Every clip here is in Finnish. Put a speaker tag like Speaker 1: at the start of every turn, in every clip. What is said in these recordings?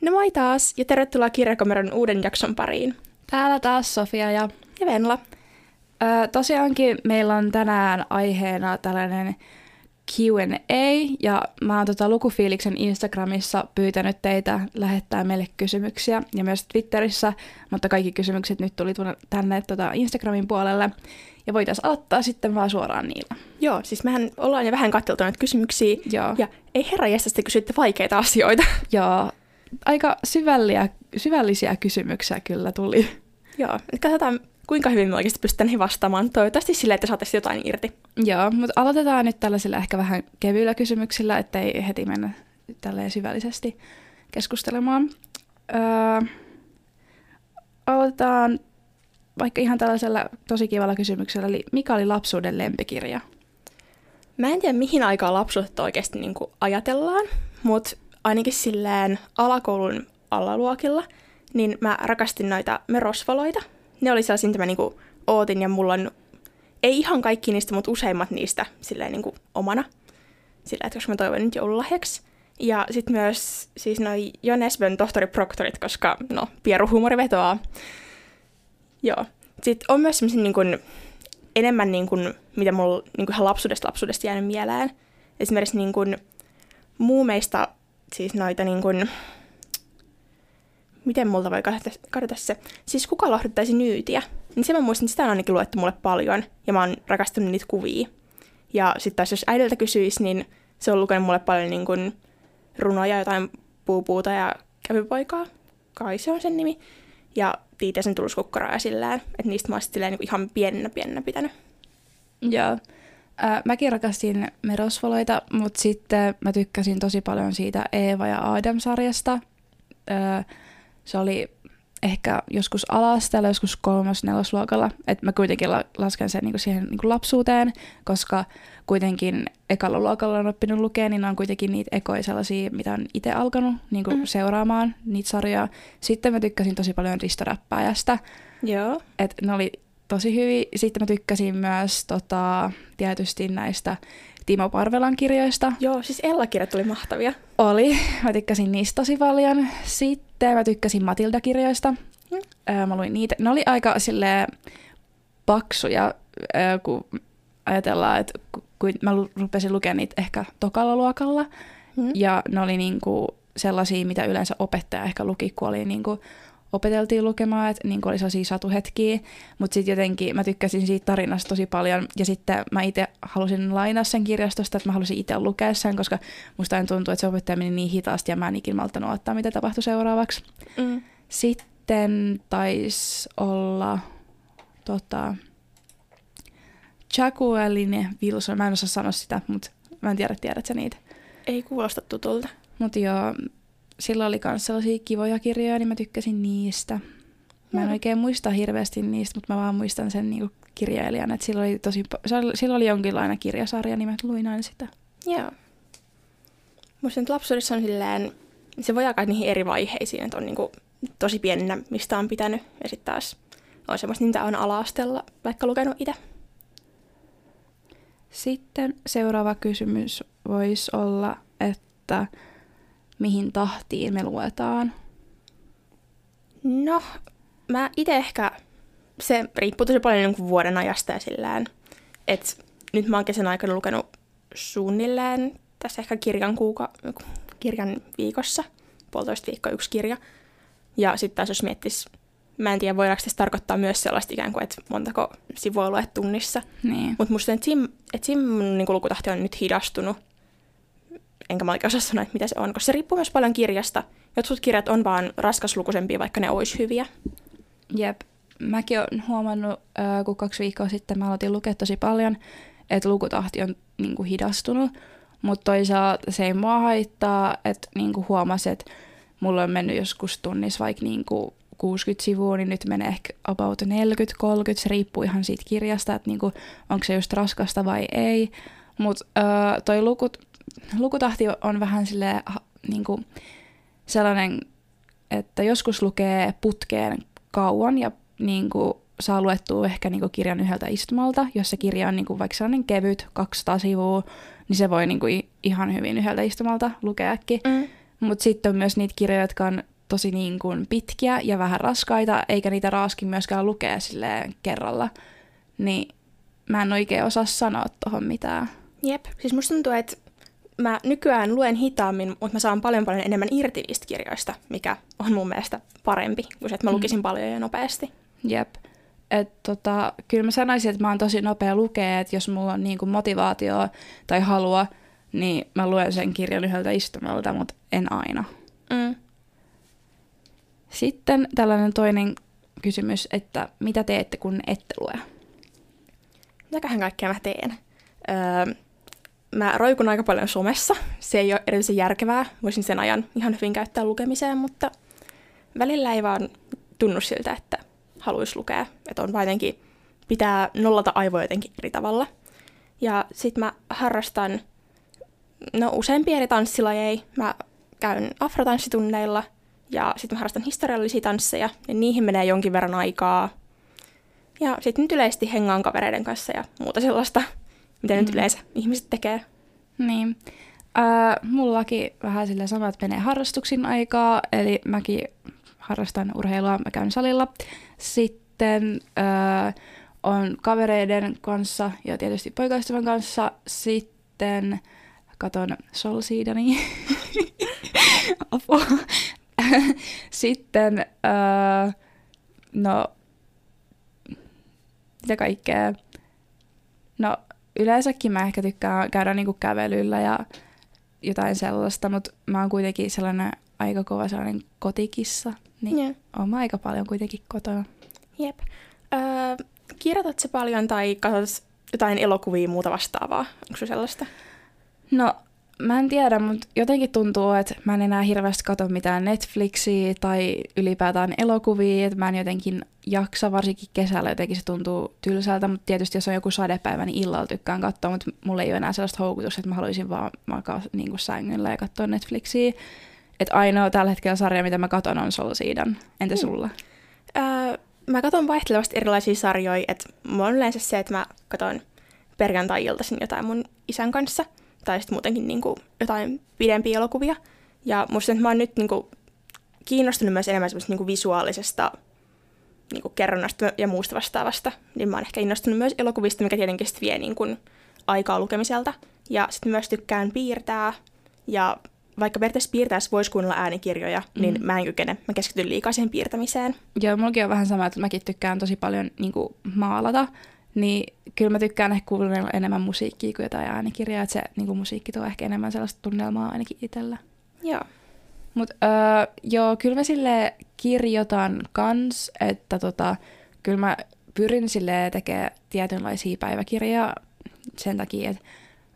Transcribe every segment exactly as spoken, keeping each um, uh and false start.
Speaker 1: No moi taas ja tervetuloa Kirjakomeron uuden jakson pariin.
Speaker 2: Täällä taas Sofia ja,
Speaker 1: ja Venla.
Speaker 2: Ö, tosiaankin meillä on tänään aiheena tällainen Q and A ja mä oon tota Lukufiiliksen Instagramissa pyytänyt teitä lähettää meille kysymyksiä ja myös Twitterissä, mutta kaikki kysymykset nyt tuli tänne tota Instagramin puolelle ja voitaisiin aloittaa sitten vaan suoraan niillä.
Speaker 1: Joo, siis mehän ollaan jo vähän katseltu näitä kysymyksiä
Speaker 2: Joo.
Speaker 1: ja ei herra jästästi kysytte vaikeita asioita.
Speaker 2: Joo, aika syvälliä, syvällisiä kysymyksiä kyllä tuli.
Speaker 1: Joo, katsotaan kuinka hyvin me oikeasti pystytään heihin vastaamaan. Toivottavasti silleen, että saataisiin jotain irti.
Speaker 2: Joo, mutta aloitetaan nyt tällaisilla ehkä vähän kevyillä kysymyksillä, ettei heti mennä tälleen syvällisesti keskustelemaan. Öö, aloitetaan vaikka ihan tällaisella tosi kivalla kysymyksellä, eli mikä oli lapsuuden lempikirja?
Speaker 1: Mä en tiedä, mihin aikaan lapsuutta oikeasti niin kuin ajatellaan, mutta ainakin silleen alakoulun alaluokilla, niin mä rakastin noita merosvaloita. Ne oli sellaisia, mitä mä niinku ootin ja mulla on, ei ihan kaikki niistä, mutta useimmat niistä silleen niinku omana. Sillä, että koska mä toivon nyt joululahjaksi. Ja sitten myös siis noi Jon Esbön tohtori Proktorit, koska no, pieruhuumori vetoaa. Joo. Sitten on myös semmoisia niinku, enemmän niinku, mitä mulla niinku ihan lapsuudesta lapsuudesta jäänyt mieleen. Esimerkiksi niinku, muumeista siis noita niinku, miten multa voi kadota se? Siis kuka lohduttaisi nyytiä? Niin se mä muistin, että sitä on ainakin luettu mulle paljon. Ja mä oon rakastunut niitä kuvia. Ja sitten taas jos äidiltä kysyisi, niin se on lukenut mulle paljon niin kuin runoja, jotain puupuuta ja kävypoikaa. Kai se on sen nimi. Ja Tiitiäisen tuluskukkaraa ja sillään. Että niistä mä oon sitten niin ihan pienenä pienenä pitänyt.
Speaker 2: Joo. Äh, mäkin rakastin merosvaloita, mutta sitten mä tykkäsin tosi paljon siitä Eeva ja Adam-sarjasta. Äh, Se oli ehkä joskus ala-asteella, joskus kolmas, nelosluokalla. Että mä kuitenkin la- lasken sen niinku siihen niinku lapsuuteen, koska kuitenkin ekalla luokalla on oppinut lukea, niin ne on kuitenkin niitä ekoja sellaisia, mitä on itse alkanut niinku mm. seuraamaan, niitä sarjoja. Sitten mä tykkäsin tosi paljon Risto Räppääjästä.
Speaker 1: Joo.
Speaker 2: Että ne oli tosi hyviä. Sitten mä tykkäsin myös tota, tietysti näistä Timo Parvelan kirjoista.
Speaker 1: Joo, siis Ella-kirjat oli mahtavia.
Speaker 2: Oli. Mä tykkäsin niistä tosi paljon. Sitten mä tykkäsin Matilda-kirjoista. Mm. Mä luin niitä. Ne oli aika silleen paksuja, kun ajatellaan, että kun mä rupesin lukemaan niitä ehkä tokalla luokalla. Mm. Ja ne oli niinku sellaisia, mitä yleensä opettaja ehkä luki, kun oli niinku opeteltiin lukemaan, että niin oli sellaisia satuhetkiä, mutta sitten jotenkin mä tykkäsin siitä tarinasta tosi paljon, ja sitten mä itse halusin lainaa sen kirjastosta, että mä halusin itse lukea sen, koska musta aina tuntuu, että se opettaja meni niin hitaasti, ja mä en ikinä malttanut ottaa, mitä tapahtui seuraavaksi. Mm. Sitten taisi olla tota, Jacqueline ja Wilson, mä en osaa sanoa sitä, mutta mä en tiedä, tiedät sä niitä?
Speaker 1: Ei kuulosta tutulta.
Speaker 2: Mutta joo, sillä oli myös sellaisia kivoja kirjoja, niin mä tykkäsin niistä. Mä en oikein muista hirveästi niistä, mutta mä vaan muistan sen niinku kirjailijan, että sillä oli, tosi, sillä oli jonkinlainen kirjasarja, niin mä luin aina sitä.
Speaker 1: Joo. Musta nyt lapsuudessa on silleen, se voi jakaa niihin eri vaiheisiin, että on niinku tosi pienenä, mistä on pitänyt, ja sitten taas on semmoista, mitä on ala-asteella vaikka lukenut itse.
Speaker 2: Sitten seuraava kysymys voisi olla, että mihin tahtiin me luetaan?
Speaker 1: No, mä itse ehkä, se riippuu tosi paljon niin kuin vuoden ajasta ja sillään, että nyt mä oon kesän aikana lukenut suunnilleen tässä ehkä kirjan, kuuka, kirjan viikossa, puolitoista viikkoa yksi kirja. Ja sitten taas jos miettis, mä en tiedä voidaanko tässä tarkoittaa myös sellaista ikään kuin, että montako sivua luet tunnissa.
Speaker 2: Niin.
Speaker 1: Mutta musta että sim, että sim niin lukutahti on nyt hidastunut. Enkä mä oikein osaa sanoa, että mitä se on, koska se riippuu myös paljon kirjasta. Jotkut kirjat on vaan raskaslukuisempia, vaikka ne olisi hyviä.
Speaker 2: Jep. Mäkin olen huomannut, kun kaksi viikkoa sitten mä aloitin lukea tosi paljon, että lukutahti on niin kuin hidastunut. Mutta toisaalta se ei mua haittaa, että niin kuin huomasin, että mulla on mennyt joskus tunnissa vaikka niin kuin kuusikymmentä sivua, niin nyt menee ehkä about neljäkymmentä kolmekymmentä. Se riippuu ihan siitä kirjasta, että niin kuin, onko se just raskasta vai ei. Mutta toi lukut... Lukutahti on vähän silleen, niin kuin sellainen, että joskus lukee putkeen kauan ja niin kuin, saa luettua ehkä niin kuin kirjan yhdeltä istumalta. Jos se kirja on niin kuin, vaikka sellainen kevyt, kaksisataa sivua, niin se voi niin kuin, ihan hyvin yhdeltä istumalta lukeakin. Mm. Mutta sitten on myös niitä kirjoja, jotka on tosi niin kuin pitkiä ja vähän raskaita, eikä niitä raaskin myöskään lukea silleen kerralla. Niin mä en oikein osaa sanoa tohon mitään.
Speaker 1: Jep, siis musta tuntuu, että mä nykyään luen hitaammin, mutta mä saan paljon paljon enemmän irti niistä kirjoista, mikä on mun mielestä parempi kuin se, että mä lukisin mm. paljon ja nopeasti.
Speaker 2: Jep. Et tota, kyllä mä sanoisin, että mä oon tosi nopea lukea, että jos mulla on niinku motivaatio tai halua, niin mä luen sen kirjan yhdeltä istumalta, mutta en aina.
Speaker 1: Mm.
Speaker 2: Sitten tällainen toinen kysymys, että mitä teette, kun ette lue?
Speaker 1: Mitäköhän kaikkea mä teen? Öö, mä roikun aika paljon somessa. Se ei ole erityisen järkevää. Voisin sen ajan ihan hyvin käyttää lukemiseen, mutta välillä ei vaan tunnu siltä, että haluaisi lukea. Että on jotenkin, pitää nollata aivoja jotenkin eri tavalla. Ja sit mä harrastan no, useampia eri tanssilajeja. Mä käyn afrotanssitunneilla ja sitten mä harrastan historiallisia tansseja. Ja niihin menee jonkin verran aikaa. Ja sitten nyt yleisesti hengaan kavereiden kanssa ja muuta sellaista, mitä mm. nyt yleensä ihmiset tekee.
Speaker 2: Niin. Äh, mullakin vähän sillä sama, että menee harrastuksin aikaa, eli mäkin harrastan urheilua, mä käyn salilla. Sitten äh, on kavereiden kanssa ja tietysti poikaystävän kanssa. Sitten katon Soul Seedania. Apua. Sitten, äh, no, mitä kaikkea. No, yleensäkin mä ehkä tykkään käydä niinku kävelyllä ja jotain sellaista, mutta mä oon kuitenkin sellainen aika kova sellainen kotikissa, niin yeah. oon mä aika paljon kuitenkin kotona.
Speaker 1: Jep. Öö, kirjoitat sä paljon tai katsot jotain elokuvia ja muuta vastaavaa? Onko se sellaista?
Speaker 2: No, mä en tiedä, mutta jotenkin tuntuu, että mä en enää hirveästi katso mitään Netflixiä tai ylipäätään elokuvia, että mä en jotenkin jaksa, varsinkin kesällä jotenkin se tuntuu tylsältä, mutta tietysti jos on joku sadepäivä, niin illalla tykkään katsoa, mutta mulla ei ole enää sellaista houkutusta, että mä haluaisin vaan makaa niin kuin sängyllä ja katsoa Netflixiä. Että ainoa tällä hetkellä sarja, mitä mä katson, on Soul Seedan. Entä sulla?
Speaker 1: Mm. Öö, mä katson vaihtelevasti erilaisia sarjoja, että mulla on yleensä se, että mä katson perjantai-iltaisin jotain mun isän kanssa, tai sitten muutenkin niin kuin jotain pidempiä elokuvia. Ja musta että mä oon nyt niin kuin kiinnostunut myös enemmän semmoisesta niin kuin visuaalisesta niin kuin kerronnasta ja muusta vastaavasta. Niin mä oon ehkä innostunut myös elokuvista, mikä tietenkin sit vie niin kuin aikaa lukemiselta. Ja sitten myös tykkään piirtää. Ja vaikka periaatteessa piirtäessä voisi kuunnella äänikirjoja, mm. niin mä en kykene. Mä keskityn liikaa siihen piirtämiseen.
Speaker 2: Joo, mullakin on vähän sama, että mäkin tykkään tosi paljon niin kuin maalata. Niin kyllä mä tykkään ehkä kuunnella enemmän musiikkia kuin jotain äänikirjaa, että se niin kuin musiikki tuo ehkä enemmän sellaista tunnelmaa ainakin itsellä.
Speaker 1: Joo.
Speaker 2: Mut öö, joo, kyllä mä silleen kirjoitan kans, että tota, kyllä mä pyrin silleen tekemään tietynlaisia päiväkirjoja sen takia, että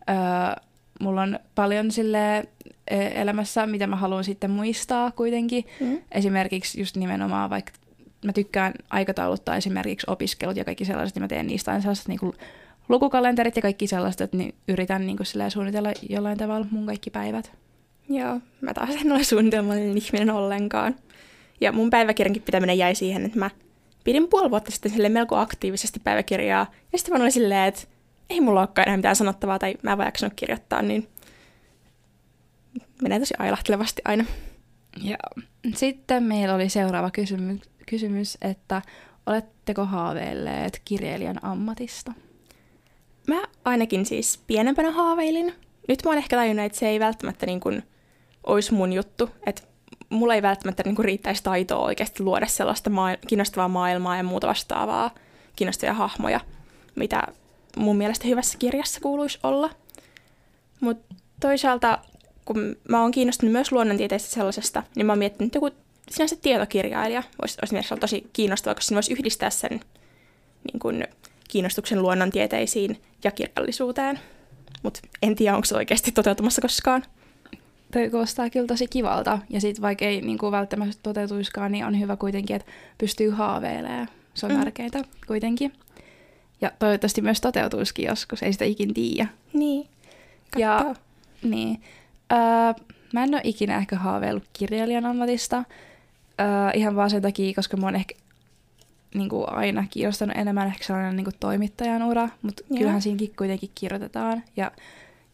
Speaker 2: öö, mulla on paljon silleen elämässä, mitä mä haluan sitten muistaa kuitenkin. Mm. Esimerkiksi just nimenomaan vaikka mä tykkään aikatauluttaa esimerkiksi opiskelut ja kaikki sellaiset, niin mä teen niistä aina sellaiset niin kuin lukukalenterit ja kaikki sellaiset, että niin yritän niin kuin suunnitella jollain tavalla mun kaikki päivät.
Speaker 1: Joo, mä taas en ole suunnitelmallinen ihminen ollenkaan. Ja mun päiväkirjankin pitäminen jäi siihen, että mä pidin puoli vuotta sitten silleen melko aktiivisesti päiväkirjaa. Ja sitten mä olin silleen, että ei mulla olekaan enää mitään sanottavaa tai mä en vaan jaksanut kirjoittaa, niin menee tosi ailahtelevasti aina.
Speaker 2: Joo. Sitten meillä oli seuraava kysymys, kysymys, että oletteko haaveilleet kirjailijan ammatista?
Speaker 1: Mä ainakin siis pienempänä haaveilin. Nyt mä oon ehkä tajunnut, että se ei välttämättä niin kuin olisi mun juttu. Että mulla ei välttämättä niin kuin riittäisi taitoa oikeasti luoda sellaista maa- kiinnostavaa maailmaa ja muuta vastaavaa, kiinnostavia hahmoja, mitä mun mielestä hyvässä kirjassa kuuluisi olla. Mutta toisaalta, kun mä oon kiinnostunut myös luonnontieteestä sellaisesta, niin mä oon miettinyt, että joku sinänsä tietokirjailija olisi, olisi mielestäni tosi kiinnostavaa, koska siinä voisi yhdistää sen niin kuin kiinnostuksen luonnontieteisiin ja kirjallisuuteen. Mutta en tiedä, onko se oikeasti toteutumassa koskaan.
Speaker 2: Toi kuulostaa kyllä tosi kivalta. Ja sitten vaikka ei niinku välttämättä toteutuiskaan, niin on hyvä kuitenkin, että pystyy haaveilemaan. Se on mm. tärkeää kuitenkin. Ja toivottavasti myös toteutuisikin joskus, ei sitä ikin tiedä.
Speaker 1: Niin,
Speaker 2: ja, niin. Öö, mä en ole ikinä ehkä haaveillut kirjailijan ammatista. Öö, ihan vaan sen takia, koska mä oon ehkä niinku aina kiinnostanut enemmän ehkä sellainen niinku toimittajan ura, mutta kyllähän siinäkin kuitenkin kirjoitetaan. Ja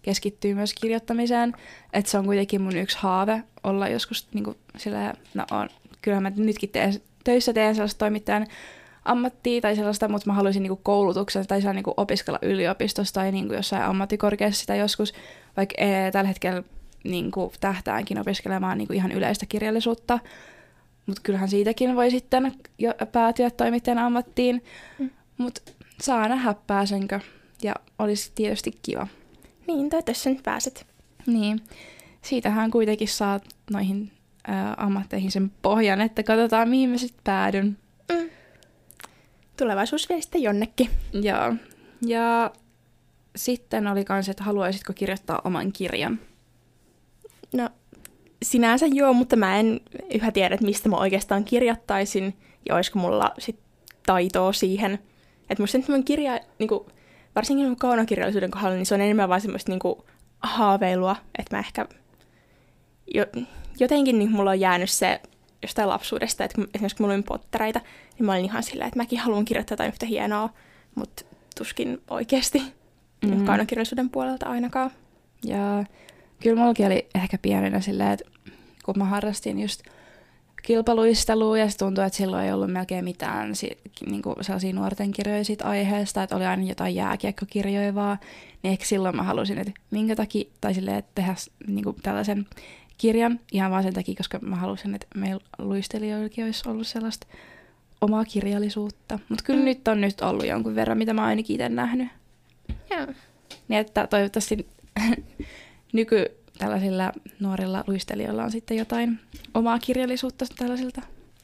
Speaker 2: keskittyy myös kirjoittamiseen. Että se on kuitenkin mun yksi haave olla joskus niin kuin silleen, no on, kyllähän mä nytkin teen, töissä teen sellaista toimittajan ammattia tai sellaista, mutta mä haluaisin niin kuin koulutuksen tai niin kuin opiskella yliopistossa tai niin kuin jossain ammattikorkeassa sitä joskus, vaikka ee, tällä hetkellä niin kuin tähtäänkin opiskelemaan niin kuin ihan yleistä kirjallisuutta. Mutta kyllähän siitäkin voi sitten jo päätyä toimittajan ammattiin. Mm. Mutta saa nähdä pääsenkö. Ja olisi tietysti kiva.
Speaker 1: Niin, toivottavasti nyt pääset.
Speaker 2: Niin. Siitähän kuitenkin saa noihin ä, ammatteihin sen pohjan, että katsotaan mihin mä sitten päädyn.
Speaker 1: Mm. Tulevaisuus vie sitten jonnekin.
Speaker 2: Joo. Ja sitten oli kans, että haluaisitko kirjoittaa oman kirjan?
Speaker 1: No, sinänsä joo, mutta mä en yhä tiedä, että mistä mä oikeastaan kirjoittaisin ja olisiko mulla sit taitoa siihen. Että musta nyt mun kirja, niinku, varsinkin mun kaunokirjallisuuden kohdalla, niin se on enemmän vaan semmoista niinku haaveilua, että mä ehkä jo, jotenkin niin mulla on jäänyt se jostain lapsuudesta, että kun, esimerkiksi kun mulla oli pottereita, niin mä olin ihan silleen, että mäkin haluan kirjoittaa jotain yhtä hienoa, mutta tuskin oikeasti mm-hmm. kaunokirjallisuuden puolelta ainakaan.
Speaker 2: Ja kyllä mullakin oli ehkä pienenä silleen, että kun mä harrastin just kilpaluistelua ja se tuntui, että silloin ei ollut melkein mitään si- niinku sellaisia nuorten kirjoja siitä aiheesta, että oli aina jotain jääkiekkokirjoja vaan, niin ehkä silloin mä halusin, että minkä takia, tai silleen, että tehdä niinku tällaisen kirjan ihan vaan sen takia, koska mä halusin, että meillä luistelijoillakin olisi ollut sellaista omaa kirjallisuutta. Mutta kyllä mm. nyt on nyt ollut jonkun verran, mitä mä oon ainakin itse nähnyt.
Speaker 1: Yeah.
Speaker 2: Niin että toivottavasti nyky tällaisilla nuorilla luistelijoilla on sitten jotain omaa kirjallisuutta tällaisilta.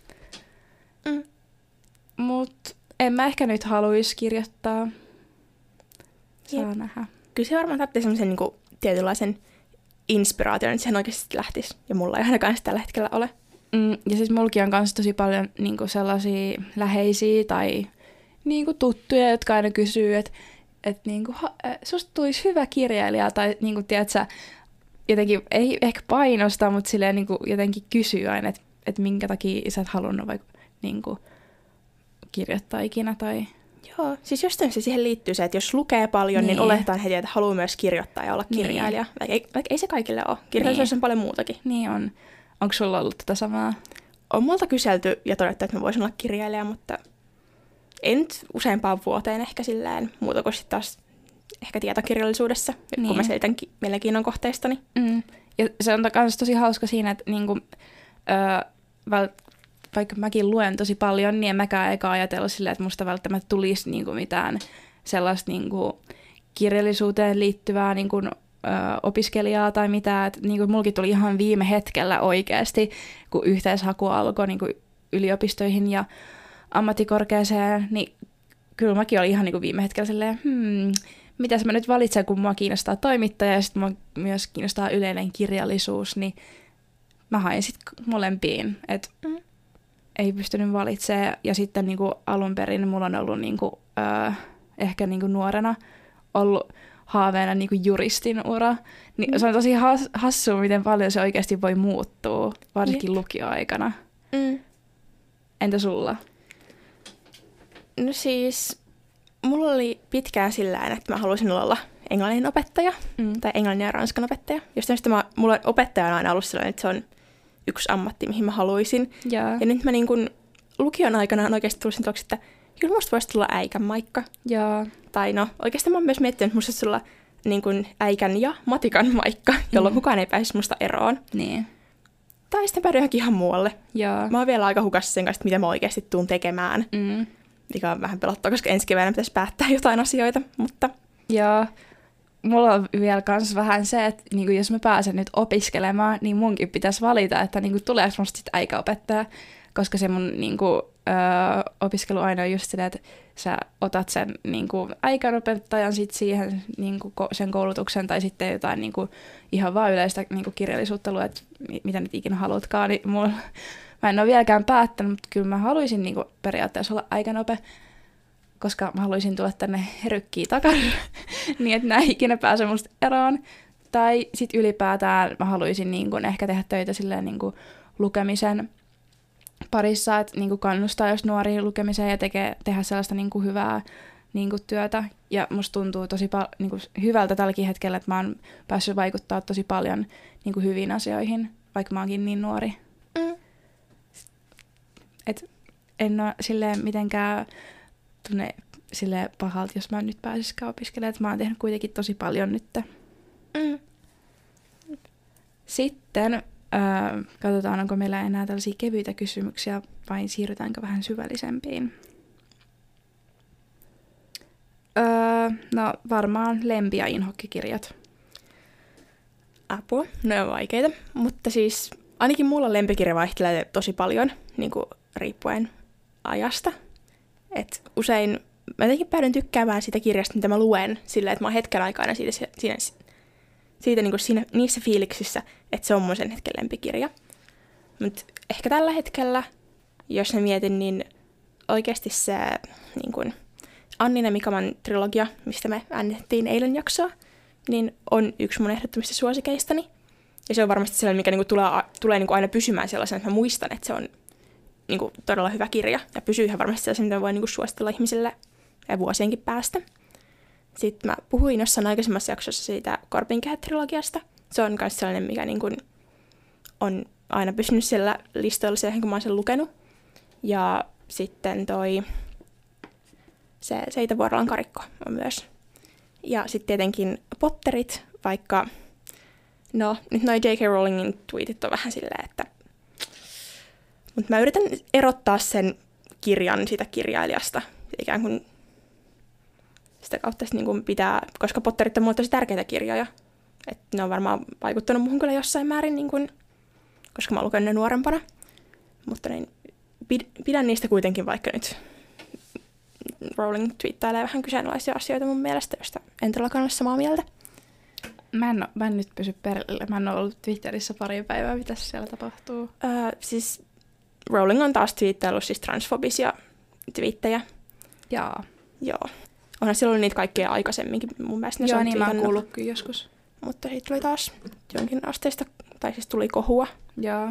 Speaker 2: Mm. Mutta en mä ehkä nyt haluaisi kirjoittaa. Saa Jep. nähdä.
Speaker 1: Kyllä se varmaan tarvitsee semmoisen niinku tietynlaisen inspiraation, että sehän oikeasti lähtisi. Ja mulla ei ainakaan sitä tällä hetkellä ole.
Speaker 2: Mm, ja siis mullakin on kanssa tosi paljon niinku sellaisia läheisiä tai niinku tuttuja, jotka aina kysyy, että et niinku, susta tulisi hyvä kirjailija. Tai niinku, tiedätkö, jotenkin ei ehkä painosta, mutta silleen niinku jotenkin kysyy aina, että et minkä takia sä et halunnut vaikka niinku kirjoittaa ikinä. Tai...
Speaker 1: Joo, siis jostain se siihen liittyy se, että jos lukee paljon, niin, niin oletetaan heti, että haluaa myös kirjoittaa ja olla kirjailija. Niin. Vaikka, ei, vaikka ei se kaikille ole. Kirjallisuus niin. on paljon muutakin.
Speaker 2: Niin on. Onko sulla ollut tätä samaa?
Speaker 1: On multa kyselty ja todettu, että mä voisin olla kirjailija, mutta ei nyt useampaan vuoteen ehkä silleen muuta kuin sitten taas ehkä tietokirjallisuudessa, niin. kun mä selitän ki- mielenkiinnon kohteistani.
Speaker 2: Mm. Ja se on myös tosi hauska siinä, että niinku, öö, väl, vaikka mäkin luen tosi paljon, niin en mäkään eka ajatellut silleen, että musta välttämättä tulisi niinku mitään sellaista niinku kirjallisuuteen liittyvää niinku, ö, opiskelijaa tai mitään. Et, niinku, mullakin tuli ihan viime hetkellä oikeasti, kun yhteishaku alkoi niinku, yliopistoihin ja ammattikorkeaseen, niin kyllä mäkin olin ihan niinku, viime hetkellä silleen, hmm, mitäs mä nyt valitsen, kun mua kiinnostaa toimittaja ja sitten mua myös kiinnostaa yleinen kirjallisuus, niin mä hain sitten molempiin, että mm. ei pystynyt valitsemaan. Ja sitten niinku alun perin mulla on ollut niinku, äh, ehkä niinku nuorena ollut haaveena niinku juristin ura. Niin mm. se on tosi has- hassua, miten paljon se oikeasti voi muuttua, varsinkin Jep. lukioaikana. Mm. Entä sulla?
Speaker 1: No siis... Mulla oli pitkään sillään, että mä halusin olla englannin opettaja mm. tai englannin ja ranskan opettaja. Jostain mä, mulla opettaja on aina ollut sellainen, että se on yksi ammatti, mihin mä haluaisin.
Speaker 2: Ja,
Speaker 1: ja nyt mä niin kun lukion aikana on oikeasti tullut sen tuoksi, että kyllä musta voisi tulla äikän maikka.
Speaker 2: Ja.
Speaker 1: Tai no, oikeastaan mä oon myös miettinyt, että musta voisi tulla niin kun äikän ja matikan maikka, jolloin mm. kukaan ei pääsisi musta eroon.
Speaker 2: Niin.
Speaker 1: Tai sitten päädyin johonkin ihan muualle.
Speaker 2: Ja.
Speaker 1: Mä oon vielä aika hukassa sen kanssa, että mitä mä oikeasti tuun tekemään.
Speaker 2: Mm.
Speaker 1: Mikä on vähän pelottaa, koska ensi keväänä pitäisi päättää jotain asioita, mutta...
Speaker 2: Joo, mulla on vielä kans vähän se, että niinku, jos mä pääsen nyt opiskelemaan, niin munkin pitäisi valita, että niinku, tuleeko musta sit äikäopettaja, koska se mun niinku, ö, opiskelu aina on just sitä, että sä otat sen niinku, äikäopettajan sit siihen niinku, sen koulutuksen tai sitten jotain niinku, ihan vaan yleistä niinku, kirjallisuutta luet, mitä nyt ikinä haluatkaan, niin mulla... Mä en ole vieläkään päättänyt, mutta kyllä mä haluaisin niinku periaatteessa olla aikanope, koska mä haluaisin tulla tänne herykkiin takaisin, niin että nää ikinä pääse musta eroon. Tai sit ylipäätään mä haluaisin niinku ehkä tehdä töitä silleen niinku lukemisen parissa, että niinku kannustaa jos nuoria lukemiseen ja tekee, tehdä sellaista niinku hyvää niin kuin, työtä. Ja musta tuntuu tosi pal- niin kuin, hyvältä tälläkin hetkellä, että mä oon päässyt vaikuttaa tosi paljon niin kuin, hyviin asioihin, vaikka mä oonkin niin nuori.
Speaker 1: Mm.
Speaker 2: Et en ole silleen mitenkään tunne silleen pahalta, jos mä nyt pääsisikään opiskelemaan. Että mä oon tehnyt kuitenkin tosi paljon nyt.
Speaker 1: Mm.
Speaker 2: Sitten äh, katsotaan, onko meillä enää tällaisia kevyitä kysymyksiä vai siirrytäänkö vähän syvällisempiin. Öö, no varmaan lempi- ja inhokkikirjat.
Speaker 1: Apua, ne on vaikeita, mutta siis ainakin mulla lempikirja vaihtelee tosi paljon, niin kuin riippuen ajasta. Et usein mä jotenkin päädyn tykkäämään siitä kirjasta, mitä mä luen, silleen, että mä oon hetken aikana siitä, siinä, siitä niin kuin siinä, niissä fiiliksissä, että se on mun sen hetken lempikirja. Mutta ehkä tällä hetkellä, jos mä mietin, niin oikeasti se niin kuin Annin ja Mikaman trilogia, mistä me äänitettiin eilen jaksoa, niin on yksi mun ehdottomista suosikeistani. Ja se on varmasti sellainen, mikä niinku tulee, tulee niinku aina pysymään sellaisena, että mä muistan, että se on niinku todella hyvä kirja. Ja pysyy ihan varmasti sellaisen, mitä mä voin niinku suositella ihmisille ja vuosienkin päästä. Sitten mä puhuin jossain aikaisemmassa jaksossa siitä Korpinkehät-trilogiasta. Se on myös sellainen, mikä niinku on aina pysynyt siellä listoilla siihen, kun mä oon sen lukenut. Ja sitten toi se Seitavuorolan karikko on myös. Ja sitten tietenkin Potterit, vaikka no, nyt noi J K. Rowlingin tweetit on vähän silleen, että mutta mä yritän erottaa sen kirjan siitä kirjailijasta. Ikään kuin sitä kautta niin kuin pitää, koska Potterit on mulle tosi tärkeitä kirjoja. Että ne on varmaan vaikuttanut muuhun kyllä jossain määrin, niin kuin, koska mä oon lukenut ne nuorempana. Mutta niin, pidän niistä kuitenkin, vaikka nyt Rowling twiittailee vähän kyseenalaisia asioita mun mielestä, josta en todellakaan ole samaa mieltä.
Speaker 2: Mä en, mä en nyt pysy perille. Mä en ole ollut Twitterissä pari päivää. Mitä siellä tapahtuu?
Speaker 1: Öö, siis Rowling on taas twiittaillut siis transfobisia twiittejä.
Speaker 2: Jaa.
Speaker 1: Joo. Onhan siellä ollut niitä kaikkea aikaisemminkin. Mun mielestä ne
Speaker 2: Joo,
Speaker 1: on
Speaker 2: niin mä oon
Speaker 1: twiitannut.
Speaker 2: kuullut kyllä joskus.
Speaker 1: Mutta siitä tuli taas jonkin asteista, tai siis tuli kohua.
Speaker 2: Joo.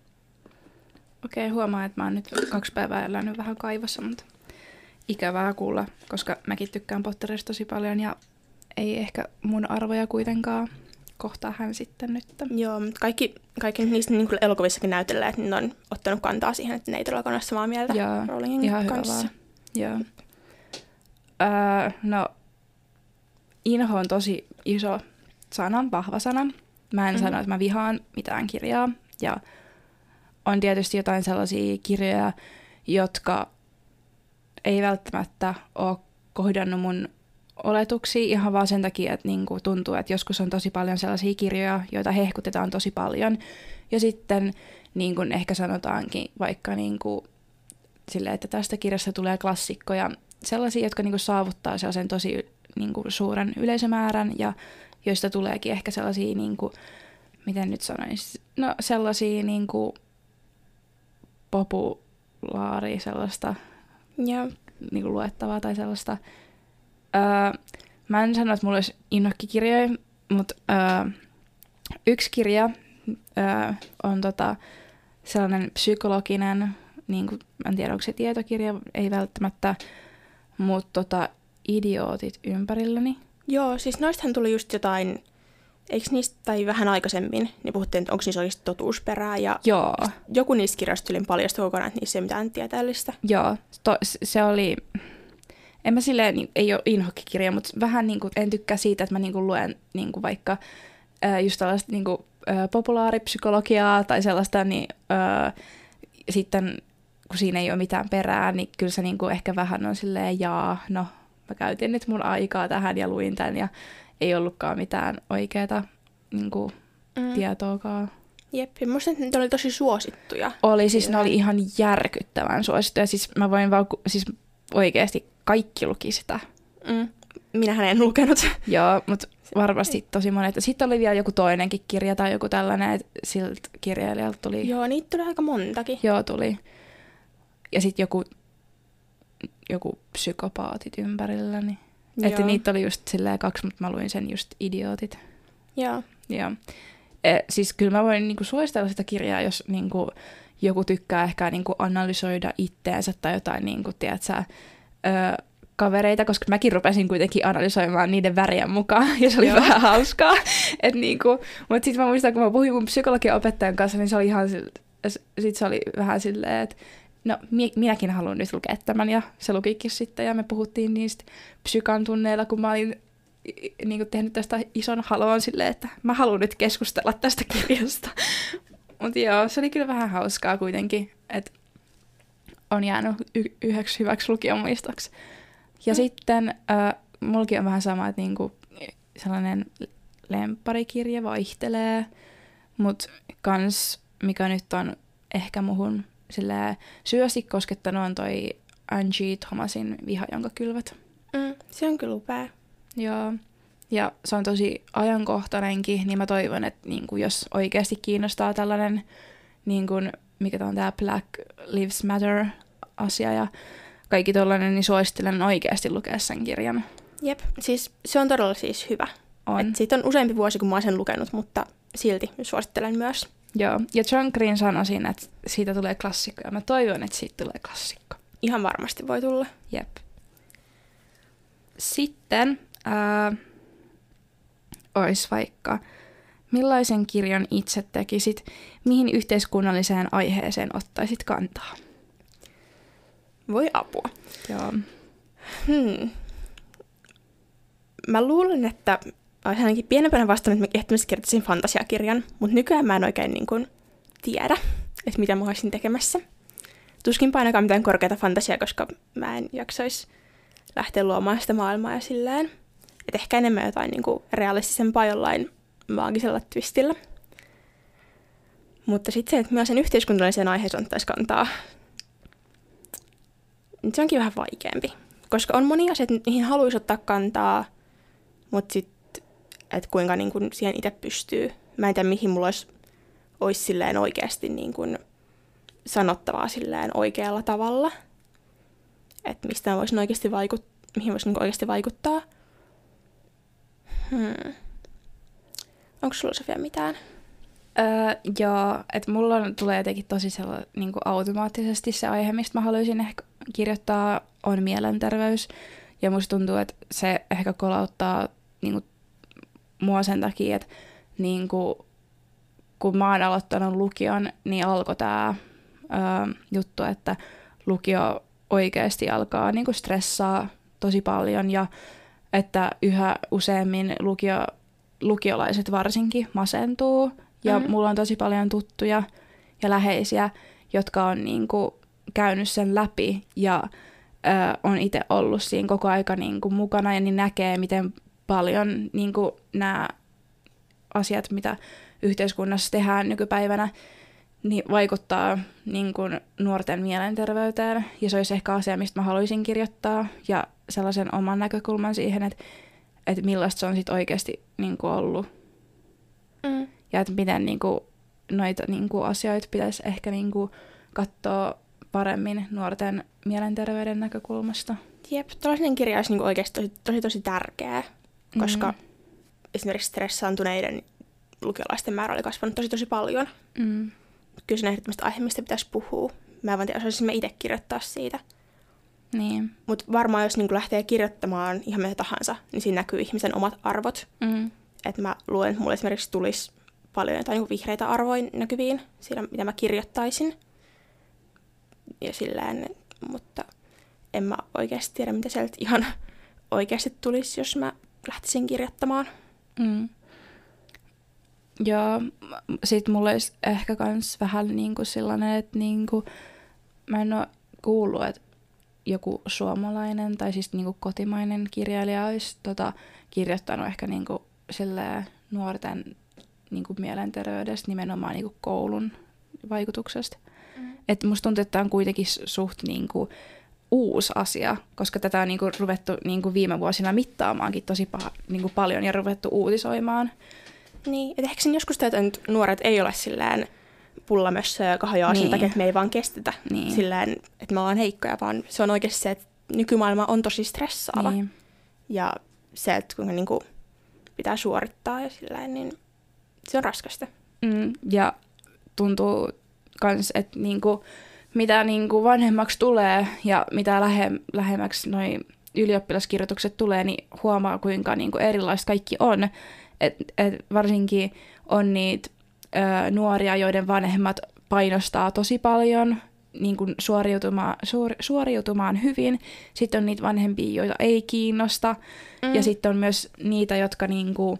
Speaker 2: Okei, okay, huomaa, että mä oon nyt kaksi päivää elänyt vähän kaivossa, mutta ikävää kuulla, koska mäkin tykkään Potterista tosi paljon ja ei ehkä mun arvoja kuitenkaan kohtaa hän sitten nyt.
Speaker 1: Joo, mutta kaikki, kaikki niistä niin elokuvissakin näytellään, että ne on ottanut kantaa siihen, että ne ei todellakaan ole samaa mieltä
Speaker 2: Joo,
Speaker 1: Rowlingin
Speaker 2: ihan
Speaker 1: kanssa.
Speaker 2: hyvä vaan. Joo. Öö, no, inho on tosi iso sana, vahva sana. Mä en mm-hmm. sano, että mä vihaan mitään kirjaa. Ja on tietysti jotain sellaisia kirjoja, jotka ei välttämättä ole kohdannut mun oletuksia ihan vaan sen takia, että niinku tuntuu, että joskus on tosi paljon sellaisia kirjoja, joita hehkutetaan tosi paljon. Ja sitten niin kuin ehkä sanotaankin vaikka niinku silleen, että tästä kirjasta tulee klassikkoja, sellaisia, jotka niinku saavuttaa sellaisen tosi niinku suuren yleisömäärän ja joista tuleekin ehkä sellaisia, niinku, miten nyt sanoisin, no sellaisia niinku populaaria sellaista
Speaker 1: Joo.
Speaker 2: niinku luettavaa tai sellaista. Öö, mä en sano, että mulla olisi innokkikirjoja, mutta öö, yksi kirja öö, on tota, sellainen psykologinen, niin kuin, en tiedä onko se tietokirja, ei välttämättä, mutta tota, idiootit ympärilläni.
Speaker 1: Joo, siis noistahan tuli just jotain, eikö niistä, tai vähän aikaisemmin, niin puhuttiin, että onko niissä oikeasti totuusperää, ja
Speaker 2: Joo.
Speaker 1: joku niistä kirjoista tuli paljasta kokonaan, että niissä ei ole mitään tieteellistä.
Speaker 2: Joo, to, se oli, en mä silleen, niin, ei ole inhokkikirja, mutta vähän niin kuin, en tykkää siitä, että mä niin kuin luen niin kuin vaikka ää, just tällaista niin kuin, ää, populaaripsykologiaa tai sellaista, niin ää, sitten kun siinä ei ole mitään perää, niin kyllä se niin kuin ehkä vähän on silleen, jaa, no mä käytin nyt mun aikaa tähän ja luin tämän ja ei ollutkaan mitään oikeaa niin kuin, mm. tietoakaan.
Speaker 1: Jep, ja musta ne oli tosi suosittuja.
Speaker 2: Oli, siis ne oli ihan järkyttävän suosittuja. Siis mä voin vaan, siis oikeasti kaikki luki sitä.
Speaker 1: Mm. Minähän en lukenut.
Speaker 2: Joo, mutta varmasti tosi monet. Sitten oli vielä joku toinenkin kirja tai joku tällainen, että siltä kirjailijalta tuli.
Speaker 1: Joo, niitä tuli aika montakin.
Speaker 2: Joo, tuli. Ja sitten joku, joku psykopaatit ympärilläni. Että niitä oli just silleen kaksi, mutta mä luin sen just idiootit.
Speaker 1: Joo.
Speaker 2: Joo. E, siis kyllä mä voin niinku suositella sitä kirjaa, jos niinku joku tykkää ehkä niinku analysoida itteensä tai jotain, niinku, tiedätkö, ö, kavereita, koska mäkin rupesin kuitenkin analysoimaan niiden värien mukaan, ja se oli Joo. vähän hauskaa. Niinku, mutta sitten mä muistan, kun mä puhuin mun psykologian opettajan kanssa, niin se oli ihan, sit se oli vähän silleen, että no minäkin haluan nyt lukea tämän, ja se lukikin sitten, ja me puhuttiin niistä psykan tunneilla, kun mä olin niin kuin tehnyt tästä ison haloon silleen, että mä haluan nyt keskustella tästä kirjasta. Mutta joo, se oli kyllä vähän hauskaa kuitenkin, että on jäänyt y- yhdeksi hyväksi lukijamuistoksi. Ja mm. sitten äh, mullakin on vähän sama, että niinku sellainen lempparikirja vaihtelee, mutta kans, mikä nyt on ehkä muhun silleen syvästi koskettanut, on toi Angie Thomasin Viha, jonka kylvät.
Speaker 1: Mm, se on kyllä upea.
Speaker 2: Joo, ja se on tosi ajankohtainenkin, niin mä toivon, että niinku, jos oikeasti kiinnostaa tällainen, niinku, mikä on tämä Black Lives Matter-asia ja kaikki tollainen, niin suosittelen oikeasti lukea sen kirjan.
Speaker 1: Jep, siis se on todella siis hyvä.
Speaker 2: On.
Speaker 1: Et siitä on useampi vuosi, kun mä oon sen lukenut, mutta silti suosittelen myös.
Speaker 2: Joo, ja John Green sanoi siinä, että siitä tulee klassikko, ja mä toivon, että siitä tulee klassikko.
Speaker 1: Ihan varmasti voi tulla.
Speaker 2: Jep. Sitten Ää, ois vaikka, millaisen kirjan itse tekisit, mihin yhteiskunnalliseen aiheeseen ottaisit kantaa?
Speaker 1: Voi apua.
Speaker 2: Joo.
Speaker 1: Hmm. Mä luulen, että olisi ainakin pienempänä vastannut, että mä ehdottomasti kirjoittaisin fantasiakirjan, mutta nykyään mä en oikein niin kuin tiedä, että mitä mä olisin tekemässä. Tuskinpa ainakaan mitään korkeata fantasiaa, koska mä en jaksaisi lähteä luomaan sitä maailmaa ja silleen. Että ehkä enemmän jotain niin kuin realistisempaa jollain maagisella twistillä. Mutta sitten se, että myös sen yhteiskunnalliseen aiheeseen ottaisi kantaa, niin se onkin vähän vaikeampi. Koska on monia asioita, mihin haluaisi ottaa kantaa, mutta sitten, että kuinka niin kuin siihen itse pystyy. Mä en tiedä, mihin mulla olisi, olisi silleen oikeasti niin kuin sanottavaa silleen oikealla tavalla. Että mistä voisin oikeasti vaikut- mihin voisin niin oikeasti vaikuttaa. Hmm. Onko sulla, Sofia, mitään?
Speaker 2: Öö, joo, että mulla on, tulee jotenkin tosi sellainen niin kuin automaattisesti se aihe, mistä mä haluaisin ehkä kirjoittaa, on mielenterveys. Ja musta tuntuu, että se ehkä kolauttaa niin kuin, mua sen takia, että niin kuin, kun mä oon aloittanut lukion, niin alkoi tää öö, juttu, että lukio oikeasti alkaa niin kuin stressaa tosi paljon ja että yhä useammin lukio, lukiolaiset varsinkin masentuu. Ja mm-hmm. mulla on tosi paljon tuttuja ja läheisiä, jotka on niinku käynyt sen läpi ja ö, on itse ollut siinä koko aika niinku mukana ja niin näkee, miten paljon niinku nämä asiat, mitä yhteiskunnassa tehdään nykypäivänä, niin vaikuttaa niinku nuorten mielenterveyteen. Ja se olisi ehkä asia, mistä mä haluaisin kirjoittaa ja sellaisen oman näkökulman siihen, että, että millaista se on sit oikeasti niinku ollut.
Speaker 1: Mm.
Speaker 2: Ja että miten niinku, noita niinku, asioita pitäisi ehkä niinku, katsoa paremmin nuorten mielenterveyden näkökulmasta.
Speaker 1: Jep, tällainen kirja olisi niinku oikeasti tosi, tosi, tosi tärkeä, koska mm. esimerkiksi stressaantuneiden lukiolaisten määrä oli kasvanut tosi tosi paljon.
Speaker 2: Mm.
Speaker 1: Kyllä se on ehdottomasti aihe, mistä pitäisi puhua. Mä en vaan tiedä, osaisimme itse kirjoittaa siitä.
Speaker 2: Niin.
Speaker 1: Mutta varmaan jos niinku lähtee kirjoittamaan ihan mitä tahansa, niin siinä näkyy ihmisen omat arvot.
Speaker 2: Mm.
Speaker 1: Että mä luen, että mulle esimerkiksi tulisi paljon jotain niinku vihreitä arvoja näkyviin siinä, mitä mä kirjoittaisin. Ja silleen, mutta en mä oikeasti tiedä, mitä sieltä ihan oikeasti tulisi, jos mä lähtisin kirjoittamaan.
Speaker 2: Mm. Ja sit mulla olisi ehkä kans vähän niinku sellainen, että niinku, mä en oo kuullut, että joku suomalainen tai siis niinku kotimainen kirjailija olisi tota, kirjoittanut ehkä niinku silleen nuorten niinku mielenterveydestä nimenomaan niinku koulun vaikutuksesta. Mm. Et musta tuntuu, että tämä on kuitenkin suht niinku uusi asia, koska tätä on niinku ruvettu niinku viime vuosina mittaamaankin tosi paha, niinku paljon ja ruvettu uutisoimaan.
Speaker 1: Niin, et ehkä sen joskus täytyy, että nuoret ei ole silleen pullamössöjä ja kahajaa niin. Sen takia, että me ei vaan kestetä niin. Silleen, että me ollaan heikkoja, vaan se on oikeasti se, että nykymaailma on tosi stressaava. Niin. Ja se, että kuinka niinku pitää suorittaa ja silleen, niin se on raskasta.
Speaker 2: Mm, ja tuntuu kans, että niinku, mitä niinku vanhemmaksi tulee ja mitä lähe, lähemmäksi noi ylioppilaskirjoitukset tulee, niin huomaa, kuinka niin kuin erilaista kaikki on. Et, et varsinkin on niitä ö, nuoria, joiden vanhemmat painostaa tosi paljon niin kuin suoriutumaan, suor, suoriutumaan hyvin. Sitten on niitä vanhempia, joita ei kiinnosta. Mm. Ja sitten on myös niitä, jotka niin kuin,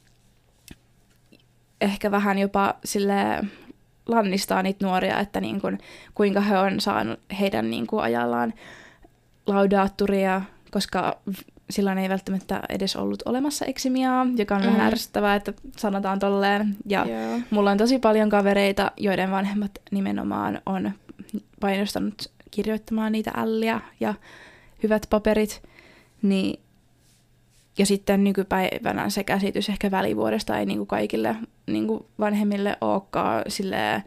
Speaker 2: ehkä vähän jopa silleen, lannistaa niitä nuoria, että niin kuin, kuinka he on saanut heidän niin kuin, ajallaan laudaatturia, koska silloin ei välttämättä edes ollut olemassa eksimiaa, joka on mm. vähän ärsyttävää, että sanotaan tolleen. Ja yeah. mulla on tosi paljon kavereita, joiden vanhemmat nimenomaan on painostanut kirjoittamaan niitä älliä ja hyvät paperit. Niin, ja sitten nykypäivänä se käsitys ehkä välivuodesta ei niinku kaikille niinku vanhemmille olekaan silleen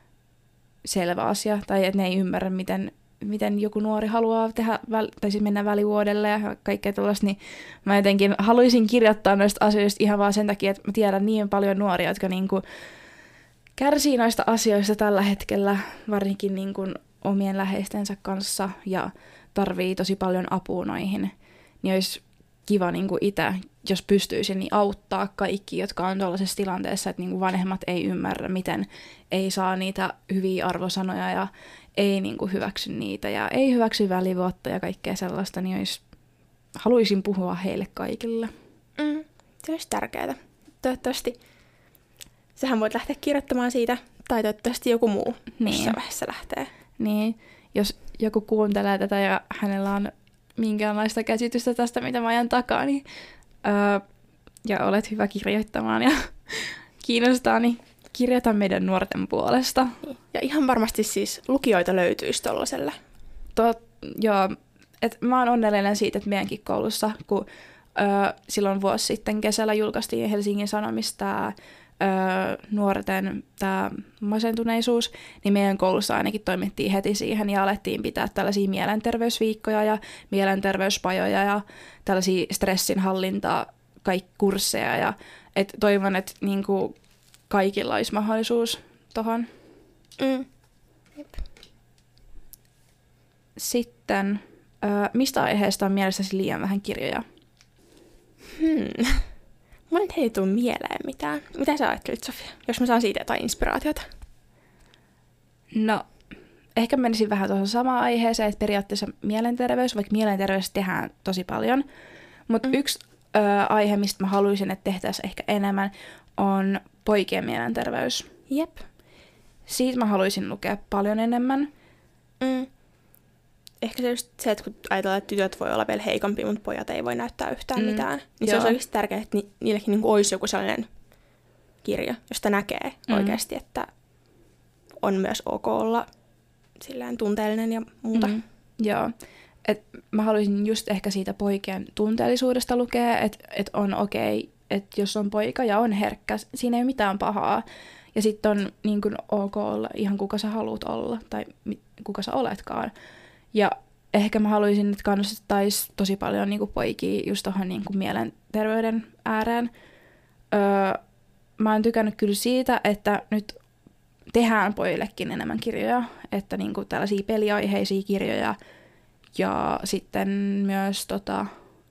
Speaker 2: selvä asia, tai että ne ei ymmärrä, miten miten joku nuori haluaa tehdä, tai siis mennä välivuodelle ja kaikkea tuollaista, niin mä jotenkin haluaisin kirjoittaa noista asioista ihan vaan sen takia, että mä tiedän niin paljon nuoria, jotka niinku kärsii noista asioista tällä hetkellä, varsinkin niinku omien läheistensä kanssa, ja tarvii tosi paljon apua noihin, niin olisi kiva niinku itse, jos pystyisin, niin auttaa kaikki, jotka on tuollaisessa tilanteessa, että niinku vanhemmat ei ymmärrä, miten ei saa niitä hyviä arvosanoja ja ei niinku hyväksy niitä ja ei hyväksy välivuotta ja kaikkea sellaista, niin olisi, haluaisin puhua heille kaikille.
Speaker 1: Mm, se olisi tärkeää. Toivottavasti sähän voit lähteä kirjoittamaan siitä, tai toivottavasti joku muu niin. jossain vaiheessa lähtee.
Speaker 2: Niin, jos joku kuuntelee tätä ja hänellä on minkäänlaista käsitystä tästä, mitä mä ajan takaa, niin, öö, ja olet hyvä kirjoittamaan ja kiinnostaa, niin kirjoita meidän nuorten puolesta.
Speaker 1: Ja ihan varmasti siis lukijoita löytyisi tollaselle.
Speaker 2: Tot, joo, et mä oon onnellinen siitä, että meidänkin koulussa, kun öö, silloin vuosi sitten kesällä julkaistiin Helsingin Sanomista tää öö, nuorten tää masentuneisuus, niin meidän koulussa ainakin toimittiin heti siihen ja alettiin pitää tällaisia mielenterveysviikkoja ja mielenterveyspajoja ja tällaisia stressinhallintaa, kaikki kursseja. Ja, et toivon, että niinku, kaikilla olisi mahdollisuus tohon.
Speaker 1: Mm.
Speaker 2: Sitten, ö, mistä aiheesta on mielestäsi liian vähän kirjoja?
Speaker 1: Hmm. Mulla ei tule mieleen mitään. Mitä sä ajattelit, Sofia? Jos mä saan siitä jotain inspiraatiota.
Speaker 2: No, ehkä menisin vähän tuohon samaan aiheeseen, että periaatteessa mielenterveys, vaikka mielenterveys tehdään tosi paljon. Mutta mm. yksi ö, aihe, mistä mä haluaisin, että tehtäisiin ehkä enemmän, on poikien mielenterveys.
Speaker 1: Jep.
Speaker 2: Siitä mä haluaisin lukea paljon enemmän.
Speaker 1: Mm. Ehkä se just se, että kun ajatellaan, että tytöt voi olla vielä heikompi, mutta pojat ei voi näyttää yhtään mm. mitään. Niin se olisi oikeasti tärkeää, että ni- niillekin niinku olisi joku sellainen kirja, josta näkee mm. oikeasti, että on myös ok olla silleen tunteellinen ja muuta.
Speaker 2: Mm. Joo. Et mä haluaisin just ehkä siitä poikien tunteellisuudesta lukea, että et on okei, okay, että jos on poika ja on herkkä, siinä ei ole mitään pahaa. Ja sitten on niin kuin ok olla ihan kuka sä haluat olla, tai kuka sä oletkaan. Ja ehkä mä haluaisin, että kannustettaisiin tosi paljon niin kuin poikia just tuohon niin kuin mielenterveyden ääreen. Öö, mä oon tykännyt kyllä siitä, että nyt tehdään pojillekin enemmän kirjoja, että niin kuin tällaisia peliaiheisia kirjoja, ja sitten myös tota,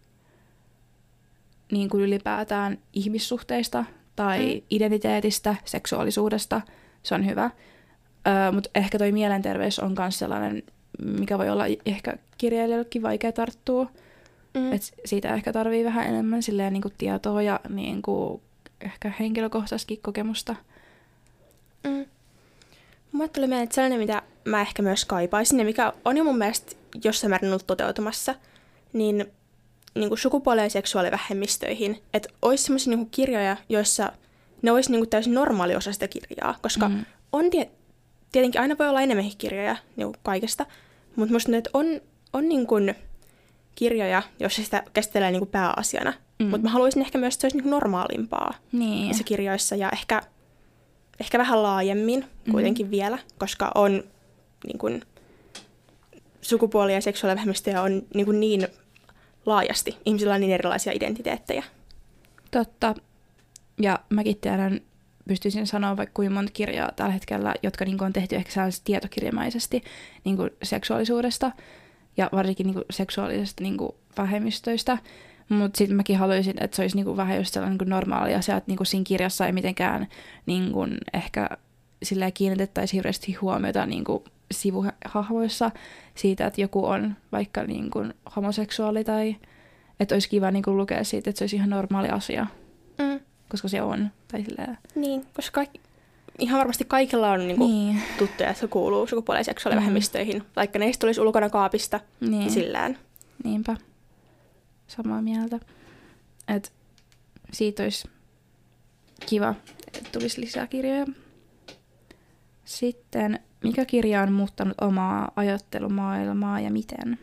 Speaker 2: niin kuin ylipäätään ihmissuhteista tai mm. identiteetistä, seksuaalisuudesta. Se on hyvä. Öö, mutta ehkä toi mielenterveys on myös sellainen, mikä voi olla ehkä kirjailijallekin vaikea tarttua. Mm. Et siitä ehkä tarvii vähän enemmän silleen, niin kuin tietoa ja niin kuin ehkä henkilökohtaistakin kokemusta.
Speaker 1: Mm. Mulle tuli mieleen, että sellainen, mitä mä ehkä myös kaipaisin ja mikä on jo mun mielestä jossain määrin ollut toteutumassa, niin, niin kuin sukupuoli- ja seksuaalivähemmistöihin, että olisi sellaisia niin kuin kirjoja, joissa ne olisi niin kuin täysin normaali osa sitä kirjaa, koska mm. on tie- tietenkin aina voi olla enemmänkin kirjoja niin kuin kaikesta, mutta musta nyt on, on niin kuin kirjoja, joissa sitä käsitellään niin kuin pääasiana, mm. mutta mä haluaisin ehkä myös, että se olisi niin kuin normaalimpaa
Speaker 2: niin.
Speaker 1: niissä kirjoissa ja ehkä, ehkä vähän laajemmin kuitenkin mm. vielä, koska on niin kuin, sukupuoli- ja seksuaalivähemmistöjä on niin, kuin niin laajasti. Ihmisillä on niin erilaisia identiteettejä.
Speaker 2: Totta. Ja mäkin tiedän, pystyisin sanoa vaikka kuinka monta kirjaa tällä hetkellä, jotka niin kuin on tehty ehkä sellaisesti tietokirjamaisesti niin kuin seksuaalisuudesta. ja varsinkin niinku seksuaalisesta niinku vähemmistöistä. Mutta sitten mäkin haluaisin, että se olisi niinku vähän just sellainen niinku normaali asia, että niinku siinä kirjassa ei mitenkään niinku ehkä silleen kiinnitettäisiin hirveästi huomiota niinku sivuhahvoissa siitä, että joku on vaikka niinku homoseksuaali tai että olisi kiva niinku lukea siitä, että se olisi ihan normaali asia,
Speaker 1: Mm.
Speaker 2: koska se on. Tai silleen.
Speaker 1: Niin, koska kaikki, ihan varmasti kaikilla on niinku
Speaker 2: Niin.
Speaker 1: tuttuja, että se kuuluu sukupuoli- ja seksuaalivähemmistöihin, mm. vaikka neistä tulisi ulkona kaapista
Speaker 2: Niin.
Speaker 1: sillään.
Speaker 2: Niinpä. Samaa mieltä. Että siitä olisi kiva, että tulisi lisää kirjoja. Sitten, mikä kirja on muuttanut omaa ajattelumaailmaa ja miten?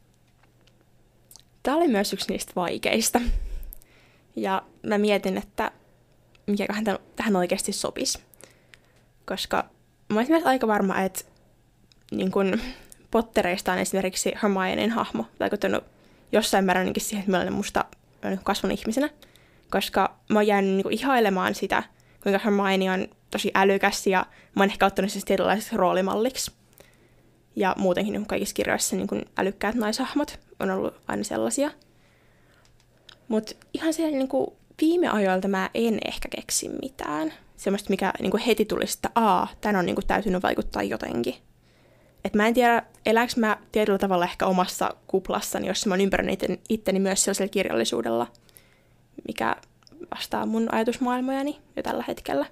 Speaker 1: Tämä oli myös yksi niistä vaikeista. Ja mä mietin, että mikäköhän tämän, tähän oikeasti sopisi. Koska mä olisin myös aika varma, että niin kun Pottereista on esimerkiksi Hermionen hahmo vaikuttanut jossain määrin siihen, että millainen musta on kasvanut ihmisenä. Koska mä oon jäänyt niin ihailemaan sitä, kuinka Hermione on tosi älykäs ja mä oon ehkä ottanut siis tietynlaiseksi roolimalliksi. Ja muutenkin niin kaikissa kirjoissa niin älykkäät naishahmot on ollut aina sellaisia. Mutta ihan siellä niin viime ajoilta mä en ehkä keksi mitään. Semmoista, mikä niin heti tuli, että aa, tän on niin täytynyt vaikuttaa jotenkin. Et mä en tiedä, elääkö mä tietyllä tavalla ehkä omassa kuplassani, jossa mä oon ympäröinyt itteni myös sellaisella kirjallisuudella, mikä vastaa mun ajatusmaailmojani jo tällä hetkellä.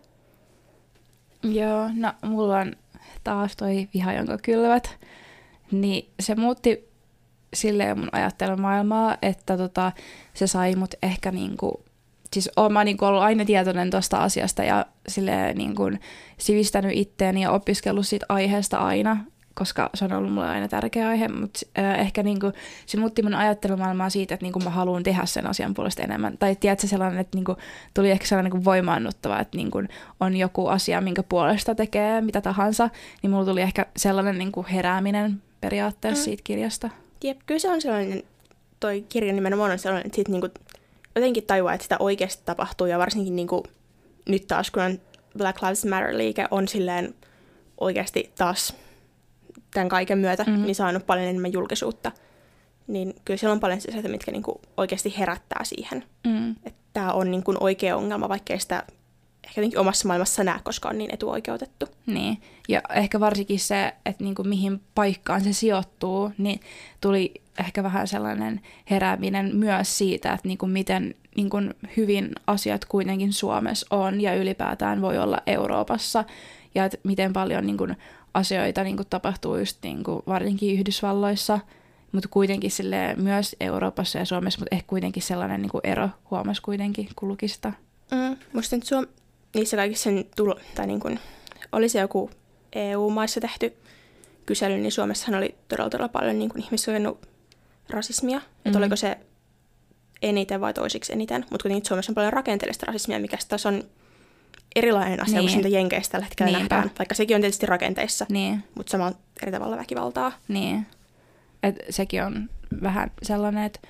Speaker 2: Joo, no mulla on taas toi Viha, jonka kylvät. Niin se muutti silleen mun ajattelumaailmaa, että tota, se sai mut ehkä niinku, siis oon mä niinku ollut aina tietoinen tosta asiasta ja silleen niinku sivistänyt itteeni ja opiskellut siitä aiheesta aina, koska se on ollut mulle aina tärkeä aihe, mutta äh, ehkä niinku, se muutti mun ajattelumaailmaa siitä, että niinku mä haluan tehdä sen asian puolesta enemmän. Tai tiedätkö sellainen, että niinku, tuli ehkä sellainen niinku voimaannuttava, että niinku, on joku asia, minkä puolesta tekee mitä tahansa, niin mulla tuli ehkä sellainen niinku herääminen periaatteessa mm. siitä kirjasta.
Speaker 1: Jep, kyllä se on sellainen, toi kirja nimenomaan on sellainen, että sit niinku jotenkin tajuaa, että sitä oikeasti tapahtuu, ja varsinkin niinku nyt taas, kun on Black Lives Matter-liike on silleen oikeasti taas tämän kaiken myötä, mm-hmm. niin saanut paljon enemmän julkisuutta. Niin kyllä siellä on paljon sellaisia, mitkä niinku oikeasti herättää siihen. Mm. Että tämä on niinku oikea ongelma, vaikkei sitä ehkä jotenkin omassa maailmassa näe, koska on niin etuoikeutettu.
Speaker 2: Niin, ja ehkä varsinkin se, että niinku mihin paikkaan se sijoittuu, niin tuli ehkä vähän sellainen herääminen myös siitä, että niinku miten niinku hyvin asiat kuitenkin Suomessa on ja ylipäätään voi olla Euroopassa, ja että miten paljon niinku asioita niinku tapahtuu just niinku varsinkin Yhdysvalloissa, mutta kuitenkin myös Euroopassa ja Suomessa, mutta ehkä kuitenkin sellainen niinku ero huomasi kuitenkin, kun luki sitä.
Speaker 1: Mm, musta nyt Suom- niissä kaikissa sen tulo- tai niin kun, oli se joku E U-maissa tehty kysely, niin Suomessahan oli todella, todella paljon niin kun ihmisiä kokenut rasismia. Mm-hmm. Että oliko se eniten vai toisiksi eniten, mutta kuitenkin Suomessa on paljon rakenteellista rasismia, mikä taas on erilainen asia niin kuin mitä Jenkeissä tällä hetkellä Niinpä. nähdään. Vaikka sekin on tietysti rakenteissa, niin. mutta samalla eri tavalla väkivaltaa.
Speaker 2: Niin. Et sekin on vähän sellainen, että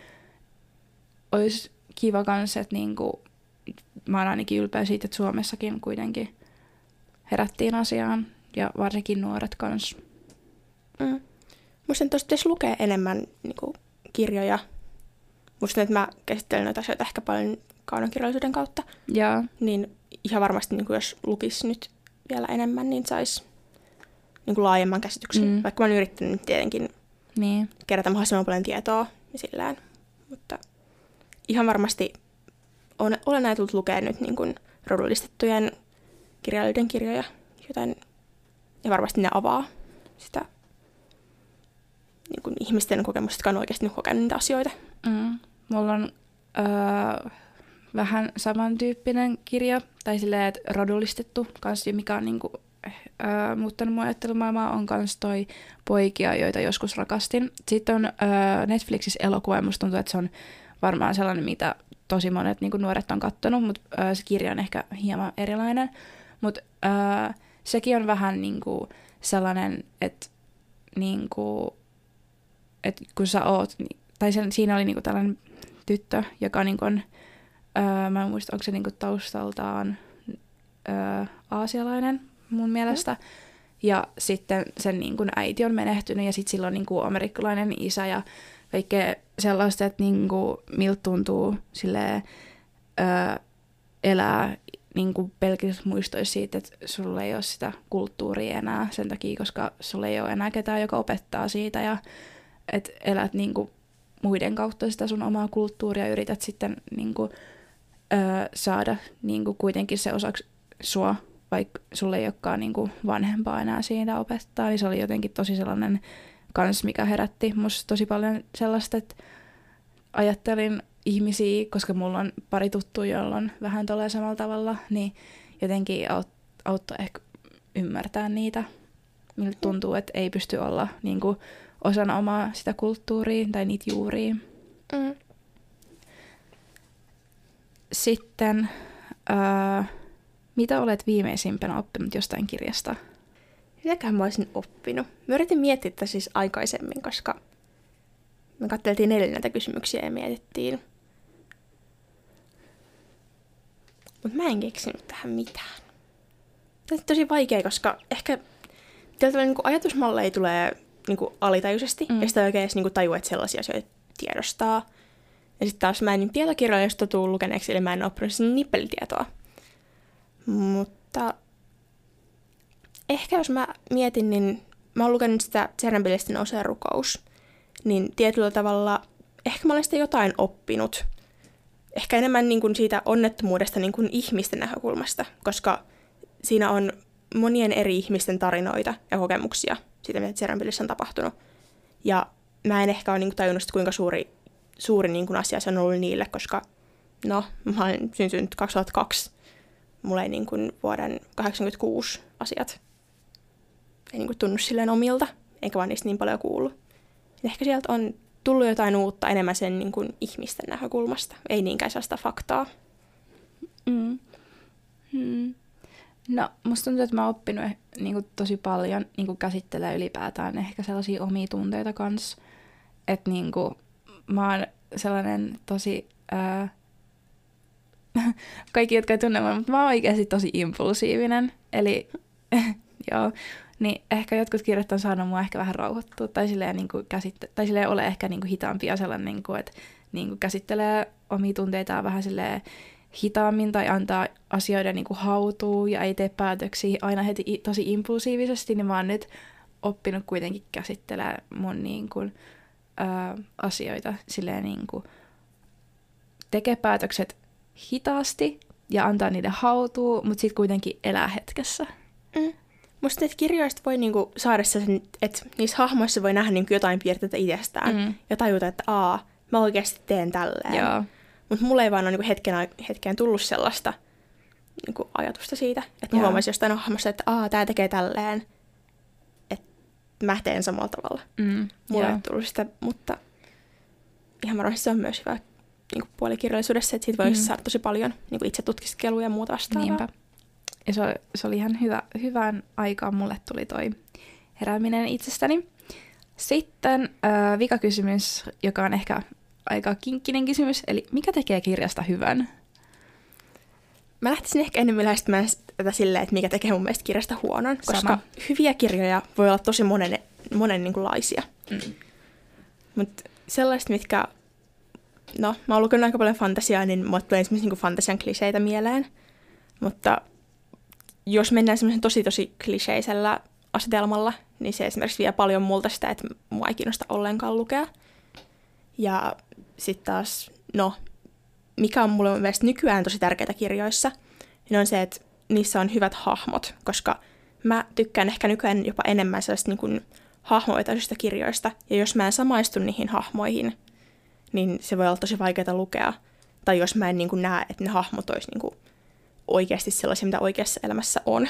Speaker 2: olisi kiva kanssa, että niinku, mä oon ainakin ylpeä siitä, että Suomessakin kuitenkin herättiin asiaan ja varsinkin nuoret kanssa.
Speaker 1: Mm. Musta tuosta pitäisi lukea enemmän niinku, kirjoja. Musta että mä käsittelen noita asioita ehkä paljon kaunokirjallisuuden kautta.
Speaker 2: Ja.
Speaker 1: Niin ihan varmasti, niin kuin jos lukisi nyt vielä enemmän, niin saisi niin kuin laajemman käsityksen. Mm. Vaikka mä oon yrittänyt tietenkin niin. kerätä mahdollisimman paljon tietoa ja sillään. Mutta ihan varmasti on, olen ajatellut lukea nyt niin kuin rodullistettujen kirjailijoiden kirjoja, joten ja varmasti ne avaa sitä niin kuin ihmisten kokemusta, jotka on oikeasti kokenut niitä asioita.
Speaker 2: Mm. Mulla on öö, vähän samantyyppinen kirja, tai silleen, että rodullistettu, kans, mikä on niinku, öö, muuttanut mun ajattelumaailmaa, on kans toi Poikia, joita joskus rakastin. Sitten on öö, Netflixissä elokuva, ja musta tuntuu, että se on varmaan sellainen, mitä tosi monet niinku, nuoret on kattonut, mutta öö, se kirja on ehkä hieman erilainen. Mutta öö, sekin on vähän niinku, sellainen, että niinku, et kun sä oot, tai sen, siinä oli niinku, tällainen tyttö, joka niinku, on Öö, mä en muista, onko se niinku taustaltaan öö, aasialainen mun mielestä. ja sitten sen niin kuin äiti on menehtynyt ja sitten sillä on niin kuin amerikkalainen isä ja kaikkea sellaista, että niin kuin, miltä tuntuu silleen, öö, elää niin kuin pelkissä muistoissa siitä, että sulla ei ole sitä kulttuuria enää sen takia, koska sulla ei ole enää ketään, joka opettaa siitä ja että elät niin kuin muiden kautta sitä sun omaa kulttuuria ja yrität sitten niin kuin, öö, saada niin kuin kuitenkin se osaksi sua, vaikka sulle ei olekaan niin kuin vanhempaa enää siitä opettaa, niin se oli jotenkin tosi sellainen kans, mikä herätti musta tosi paljon sellaista, että ajattelin ihmisiä, koska mulla on pari tuttua, joilla on vähän tolleen samalla tavalla, niin jotenkin aut- auttoi ehkä ymmärtää niitä, miltä tuntuu, että ei pysty olla niin kuin osana omaa sitä kulttuuria tai niitä juuria.
Speaker 1: Mm.
Speaker 2: Sitten, ää, mitä olet viimeisimpänä oppinut jostain kirjasta?
Speaker 1: Mitäköhän mä olisin oppinut? Mä yritin miettiä tätä siis aikaisemmin, koska me katseltiin neljä näitä kysymyksiä ja mietittiin. Mutta mä en keksinyt tähän mitään. Tämä on tosi vaikea, koska ehkä tietyllä niin ajatusmalleja tulee niin kuin alitajuisesti, mm. ja sitä oikein edes niin tajua, että sellaisia asioita tiedostaa. Ja sitten taas mä en niin tietokirjoista tule lukeneeksi, eli mä en oppinut sen nippelitietoa. Mutta ehkä jos mä mietin, niin mä oon lukenut sitä Tšernobylistä nousee rukous, niin tietyllä tavalla ehkä mä olen sitä jotain oppinut. Ehkä enemmän niin kuin siitä onnettomuudesta niin kuin ihmisten näkökulmasta, koska siinä on monien eri ihmisten tarinoita ja kokemuksia siitä, mitä Tšernobylissä on tapahtunut. Ja mä en ehkä ole niin kuin tajunnut, kuinka suuri, suuri niin kuin asia se on ollut niille, koska no, mä olen syntynyt kaksituhattakaksi. Mulla ei niin kuin vuoden kahdeksankymmentäkuusi asiat ei niin kuin tunnu silleen omilta, eikä vaan niistä niin paljon kuulu. Ehkä sieltä on tullut jotain uutta enemmän sen niin kuin ihmisten näkökulmasta, ei niinkään sellaista faktaa.
Speaker 2: Mm. Hmm. No, musta tuntuu, että mä oon oppinut niin kuin, tosi paljon niin kuin käsittelee ylipäätään ehkä sellaisia omia tunteita kanssa. Että niin kuin, mä oon sellainen tosi... Ää, kaikki, jotka ei tunne mua, mutta mä oon oikeasti tosi impulsiivinen. Eli joo, niin ehkä jotkut kirjat on saanut mua ehkä vähän rauhoittua. Tai silleen, niin kuin käsitte- tai silleen ole ehkä niin kuin hitaampi ja sellainen, niin kuin, että niin kuin käsittelee omia tunteitaan vähän silleen hitaammin tai antaa asioiden niin kuin hautua ja ei tee päätöksiä aina heti tosi impulsiivisesti, niin mä oon nyt oppinut kuitenkin käsittelemään mun niin kuin, ää, asioita silleen niin kuin tekee päätökset hitaasti ja antaa niiden hautua, mutta sitten kuitenkin elää hetkessä.
Speaker 1: Mm. Musta näitä kirjoista voi niinku saada sen, että niissä hahmoissa voi nähdä niinku jotain piirteitä itsestään mm. ja tajuta, että aa, mä oikeasti teen tälleen. Mutta mulla ei vaan ole niinku hetken, hetkeen tullut sellaista niinku ajatusta siitä, että mä huomasin jostain hahmossa, että aa, tää tekee tälleen, että mä teen samalla tavalla. Mm. Mulla ei ole tullut sitä, mutta ihan varmasti se on myös hyvä niinku puolikirjallisuudessa, että siitä voi mm. saada tosi paljon niinku itse tutkiskelua ja muuta vastaavaa.
Speaker 2: Niinpä. Ja se oli, se oli ihan hyvä, hyvään aikaan mulle tuli toi herääminen itsestäni. Sitten äh, vikakysymys, joka on ehkä aika kinkkinen kysymys, eli mikä tekee kirjasta hyvän?
Speaker 1: Mä lähtisin ehkä enemmän lähestymään tätä silleen, että mikä tekee mun mielestä kirjasta huonon, koska
Speaker 2: Sama.
Speaker 1: hyviä kirjoja voi olla tosi monen, monen niin kuin laisia. Mm. Mutta sellaiset, mitkä... No, mä oon lukenut aika paljon fantasiaa, niin mulle tulee esimerkiksi niin fantasian kliseitä mieleen. Mutta jos mennään semmoisen tosi tosi kliseisellä asetelmalla, niin se esimerkiksi vie paljon multa sitä, että mua ei kiinnosta ollenkaan lukea. Ja sitten taas, no, mikä on mulle mielestä nykyään tosi tärkeää kirjoissa, niin on se, että niissä on hyvät hahmot, koska mä tykkään ehkä nykyään jopa enemmän sellaista niin kuin hahmoitaisista kirjoista, ja jos mä en samaistu niihin hahmoihin, niin se voi olla tosi vaikeaa lukea. Tai jos mä en niin kuin näe, että ne hahmot olisi niin kuin oikeasti sellaisia, mitä oikeassa elämässä on.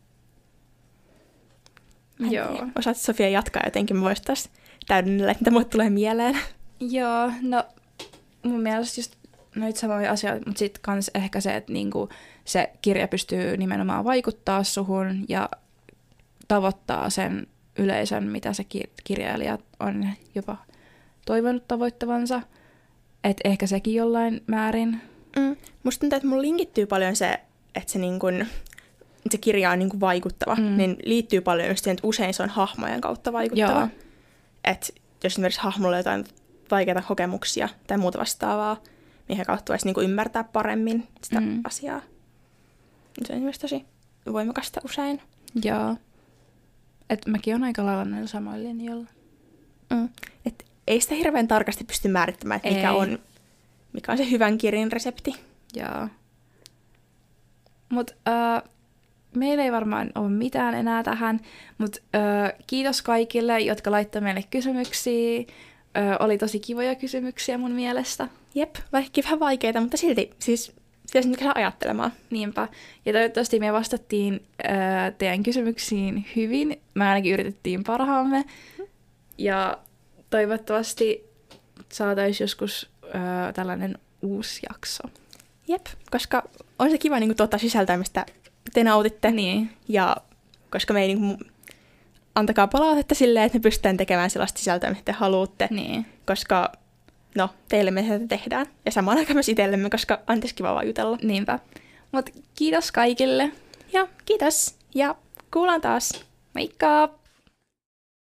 Speaker 2: Joo.
Speaker 1: Osaat Sofia jatkaa jotenkin, mä voisin taas täydennellä, että mitä mulle tulee mieleen.
Speaker 2: Joo, no mun mielestä just noita samoja asioita, mutta sitten kans ehkä se, että niinku se kirja pystyy nimenomaan vaikuttaa suhun ja tavoittaa sen yleisön, mitä se ki- kirjailija on jopa toivonut tavoittavansa. Että ehkä sekin jollain määrin.
Speaker 1: Mm. Musta tuntuu, että mun linkittyy paljon se, että se niin kun se kirja on niin kuin vaikuttava,
Speaker 2: Mm.
Speaker 1: niin liittyy paljon just siihen, että usein se on hahmojen kautta vaikuttava. Että jos esimerkiksi hahmolla on jotain vaikeita kokemuksia tai muuta vastaavaa, mihin kautta voisi niin kuin ymmärtää paremmin sitä
Speaker 2: Mm.
Speaker 1: asiaa. Se on myös tosi voimakasta usein.
Speaker 2: Joo. Et mäkin on aika lailla näillä samoilla linjoilla.
Speaker 1: Mm. Et ei sitä hirveän tarkasti pysty määrittämään, että mikä
Speaker 2: Ei.
Speaker 1: on, mikä on se hyvän kirjan resepti.
Speaker 2: Joo. Mut uh, meillä ei varmaan ole mitään enää tähän, mutta uh, kiitos kaikille, jotka laittoi meille kysymyksiä. Uh, oli tosi kivoja kysymyksiä mun mielestä.
Speaker 1: Jep, vaikka vähän vaikeita, mutta silti siis pitäisi nyt käydä ajattelemaan.
Speaker 2: Niinpä. Ja toivottavasti me vastattiin uh, teidän kysymyksiin hyvin. Me ainakin yritettiin parhaamme. Ja toivottavasti saataisiin joskus uh, tällainen uusi jakso.
Speaker 1: Jep, koska on se kiva niin tuottaa sisältöä, mistä te nautitte.
Speaker 2: Niin.
Speaker 1: Ja koska me ei niin kuin, antakaa palautetta silleen, että me pystytään tekemään sellaista sisältöä, mitä te haluatte.
Speaker 2: Niin.
Speaker 1: Koska, no, teille me sitä tehdään. Ja samaan aikaan myös itsellemme, koska on tietysti kiva vaan jutella.
Speaker 2: Niinpä. Mut kiitos kaikille.
Speaker 1: Ja kiitos. Ja kuullaan taas.
Speaker 2: Moikka!